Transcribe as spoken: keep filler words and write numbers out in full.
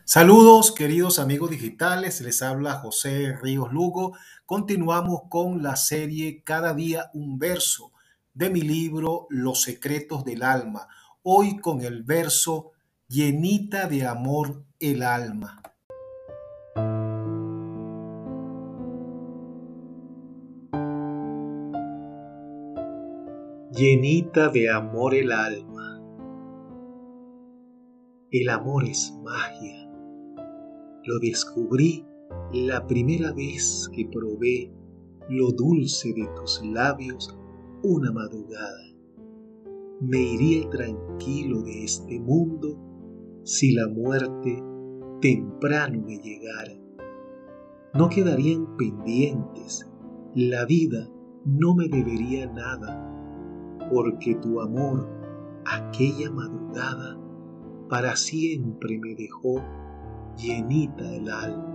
Saludos, queridos amigos digitales, les habla José Ríos Lugo. Continuamos con la serie Cada día un verso de mi libro Los secretos del alma. Hoy con el verso Llenita de amor el alma. Llenita de amor el alma. El amor es magia. Lo descubrí la primera vez que probé lo dulce de tus labios una madrugada. Me iría tranquilo de este mundo si la muerte temprano me llegara. No quedarían pendientes, la vida no me debería nada, porque tu amor, aquella madrugada, para siempre me dejó llenita el alma.